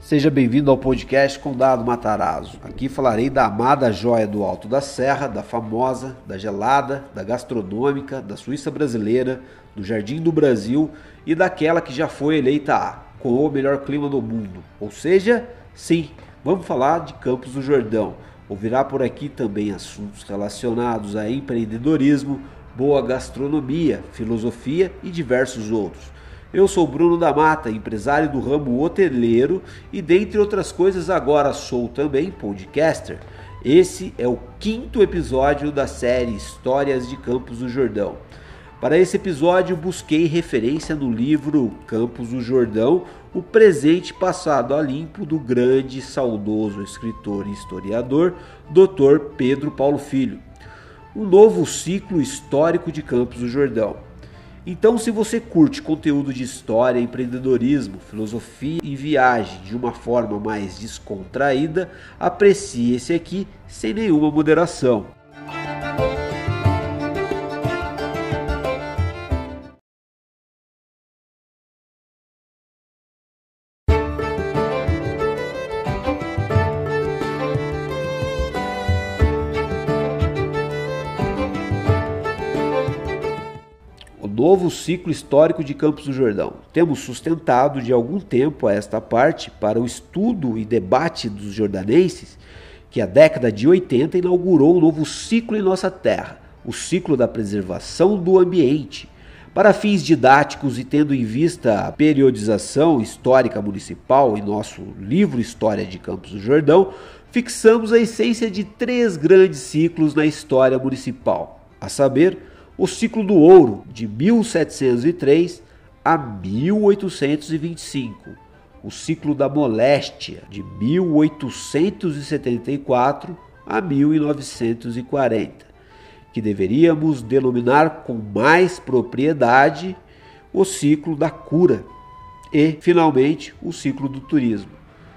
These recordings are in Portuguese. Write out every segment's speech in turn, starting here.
Seja bem-vindo ao podcast Condado Matarazzo. Aqui falarei da amada joia do Alto da Serra, da famosa, da gelada, da gastronômica, da Suíça brasileira, do Jardim do Brasil e daquela que já foi eleita com o melhor clima do mundo. Ou seja, sim, vamos falar de Campos do Jordão. Ouvirá por aqui também assuntos relacionados a empreendedorismo, boa gastronomia, filosofia e diversos outros. Eu sou Bruno da Mata, empresário do ramo hoteleiro e, dentre outras coisas, agora sou também podcaster. Esse é o 5º episódio da série Histórias de Campos do Jordão. Para esse episódio, busquei referência no livro Campos do Jordão, o presente passado a limpo do grande e saudoso escritor e historiador Dr. Pedro Paulo Filho. Um novo ciclo histórico de Campos do Jordão. Então, se você curte conteúdo de história, empreendedorismo, filosofia e viagem de uma forma mais descontraída, aprecie esse aqui sem nenhuma moderação. Novo ciclo histórico de Campos do Jordão. Temos sustentado de algum tempo a esta parte para o estudo e debate dos jordanenses que a década de 80 inaugurou um novo ciclo em nossa terra, o ciclo da preservação do ambiente. Para fins didáticos e tendo em vista a periodização histórica municipal em nosso livro História de Campos do Jordão, fixamos a essência de 3 grandes ciclos na história municipal, a saber, o ciclo do ouro, de 1703 a 1825. O ciclo da moléstia, de 1874 a 1940. Que deveríamos denominar com mais propriedade o ciclo da cura. E, finalmente, o ciclo do turismo,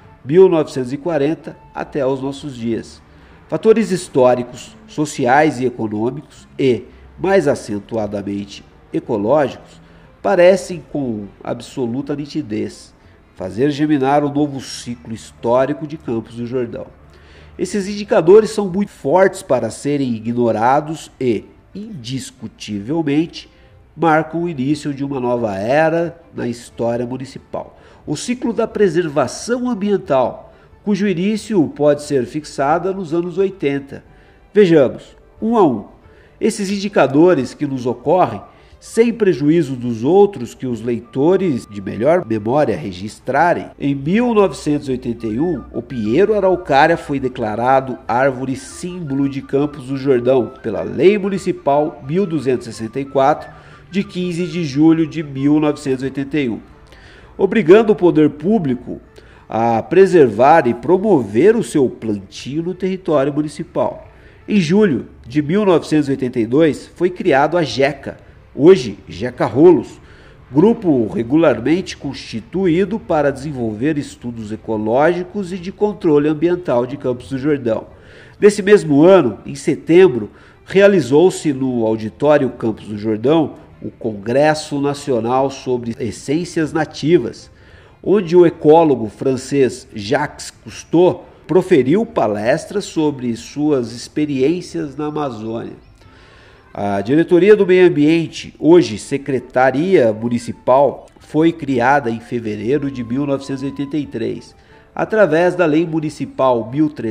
1940 até os nossos dias. Fatores históricos, sociais e econômicos e mais acentuadamente ecológicos, parecem com absoluta nitidez fazer germinar o novo ciclo histórico de Campos do Jordão. Esses indicadores são muito fortes para serem ignorados e, indiscutivelmente, marcam o início de uma nova era na história municipal. O ciclo da preservação ambiental, cujo início pode ser fixado nos anos 80. Vejamos, um a um. Esses indicadores que nos ocorrem, sem prejuízo dos outros que os leitores de melhor memória registrarem, em 1981, o pinheiro araucária foi declarado árvore símbolo de Campos do Jordão pela Lei Municipal 1264, de 15 de julho de 1981, obrigando o poder público a preservar e promover o seu plantio no território municipal. Em julho de 1982 foi criado a GECA, hoje GECA Rolos, grupo regularmente constituído para desenvolver estudos ecológicos e de controle ambiental de Campos do Jordão. Nesse mesmo ano, em setembro, realizou-se no Auditório Campos do Jordão o Congresso Nacional sobre Essências Nativas, onde o ecólogo francês Jacques Cousteau proferiu palestras sobre suas experiências na Amazônia. A Diretoria do Meio Ambiente, hoje Secretaria Municipal, foi criada em fevereiro de 1983, através da Lei Municipal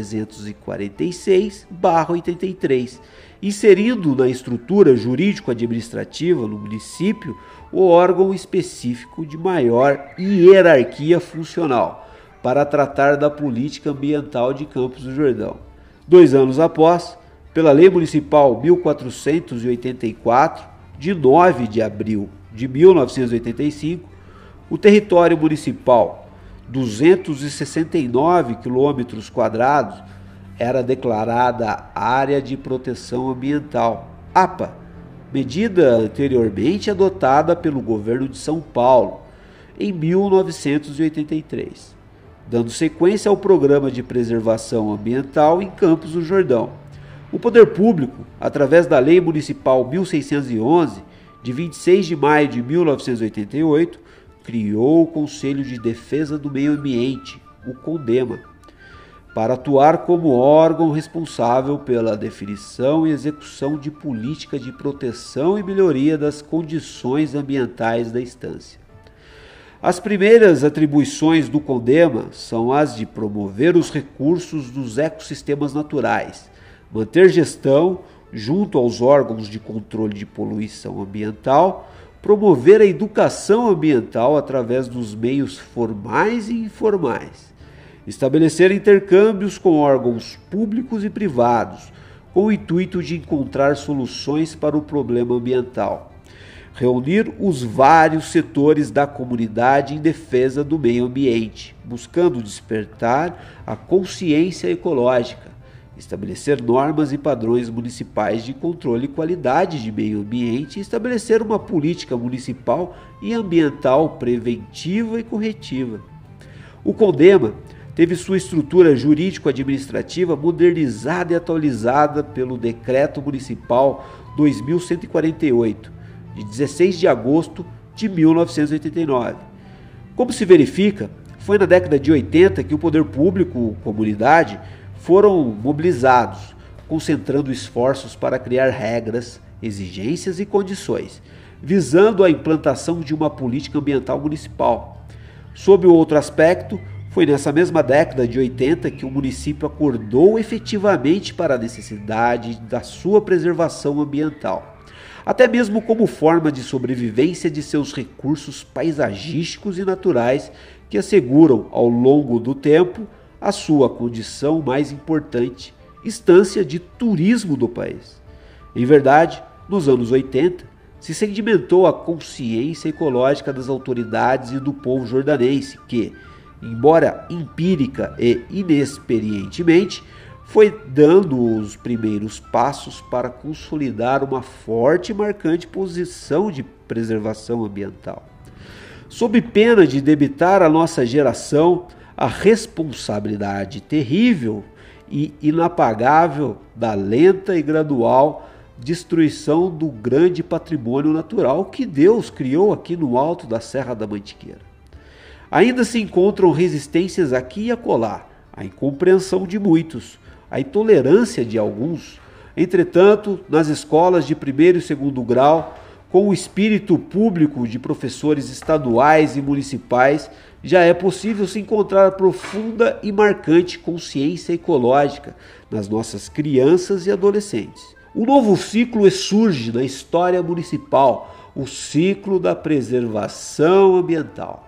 1346/83, inserindo na estrutura jurídico-administrativa no município o órgão específico de maior hierarquia funcional, para tratar da política ambiental de Campos do Jordão. 2 anos após, pela Lei Municipal 1484, de 9 de abril de 1985, o território municipal, 269 km², era declarada Área de Proteção Ambiental, APA, medida anteriormente adotada pelo governo de São Paulo, em 1983. Dando sequência ao Programa de Preservação Ambiental em Campos do Jordão. O poder público, através da Lei Municipal 1611, de 26 de maio de 1988, criou o Conselho de Defesa do Meio Ambiente, o CONDEMA, para atuar como órgão responsável pela definição e execução de política de proteção e melhoria das condições ambientais da instância. As primeiras atribuições do CONDEMA são as de promover os recursos dos ecossistemas naturais, manter gestão junto aos órgãos de controle de poluição ambiental, promover a educação ambiental através dos meios formais e informais, estabelecer intercâmbios com órgãos públicos e privados, com o intuito de encontrar soluções para o problema ambiental, reunir os vários setores da comunidade em defesa do meio ambiente, buscando despertar a consciência ecológica, estabelecer normas e padrões municipais de controle e qualidade de meio ambiente e estabelecer uma política municipal e ambiental preventiva e corretiva. O CONDEMA teve sua estrutura jurídico-administrativa modernizada e atualizada pelo Decreto Municipal 2148, de 16 de agosto de 1989. Como se verifica, foi na década de 80 que o poder público e comunidade foram mobilizados, concentrando esforços para criar regras, exigências e condições, visando a implantação de uma política ambiental municipal. Sob o outro aspecto, foi nessa mesma década de 80 que o município acordou efetivamente para a necessidade da sua preservação ambiental, até mesmo como forma de sobrevivência de seus recursos paisagísticos e naturais que asseguram, ao longo do tempo, a sua condição mais importante, instância de turismo do país. Em verdade, nos anos 80, se sedimentou a consciência ecológica das autoridades e do povo jordanense que, embora empírica e inexperientemente, foi dando os primeiros passos para consolidar uma forte e marcante posição de preservação ambiental. Sob pena de debitar à nossa geração a responsabilidade terrível e inapagável da lenta e gradual destruição do grande patrimônio natural que Deus criou aqui no alto da Serra da Mantiqueira. Ainda se encontram resistências aqui e acolá, a incompreensão de muitos, a intolerância de alguns. Entretanto, nas escolas de primeiro e segundo grau, com o espírito público de professores estaduais e municipais, já é possível se encontrar profunda e marcante consciência ecológica nas nossas crianças e adolescentes. Um novo ciclo surge na história municipal, o ciclo da preservação ambiental.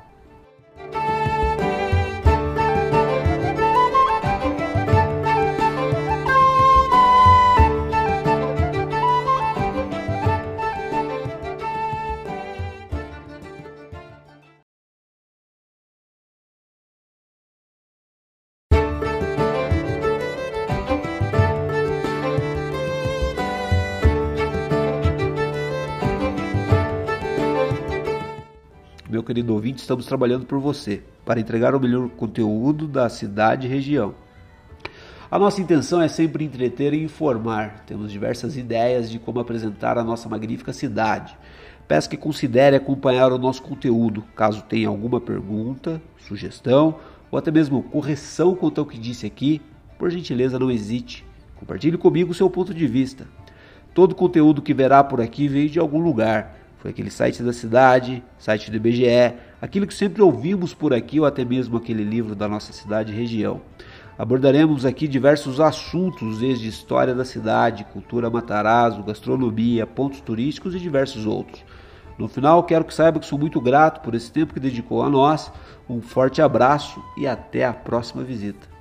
Meu querido ouvinte, estamos trabalhando por você, para entregar o melhor conteúdo da cidade e região. A nossa intenção é sempre entreter e informar. Temos diversas ideias de como apresentar a nossa magnífica cidade. Peço que considere acompanhar o nosso conteúdo, caso tenha alguma pergunta, sugestão ou até mesmo correção quanto ao que disse aqui, por gentileza não hesite. Compartilhe comigo o seu ponto de vista. Todo conteúdo que verá por aqui veio de algum lugar. Foi aquele site da cidade, site do IBGE, aquilo que sempre ouvimos por aqui ou até mesmo aquele livro da nossa cidade e região. Abordaremos aqui diversos assuntos, desde história da cidade, cultura Matarazzo, gastronomia, pontos turísticos e diversos outros. No final, quero que saiba que sou muito grato por esse tempo que dedicou a nós. Um forte abraço e até a próxima visita.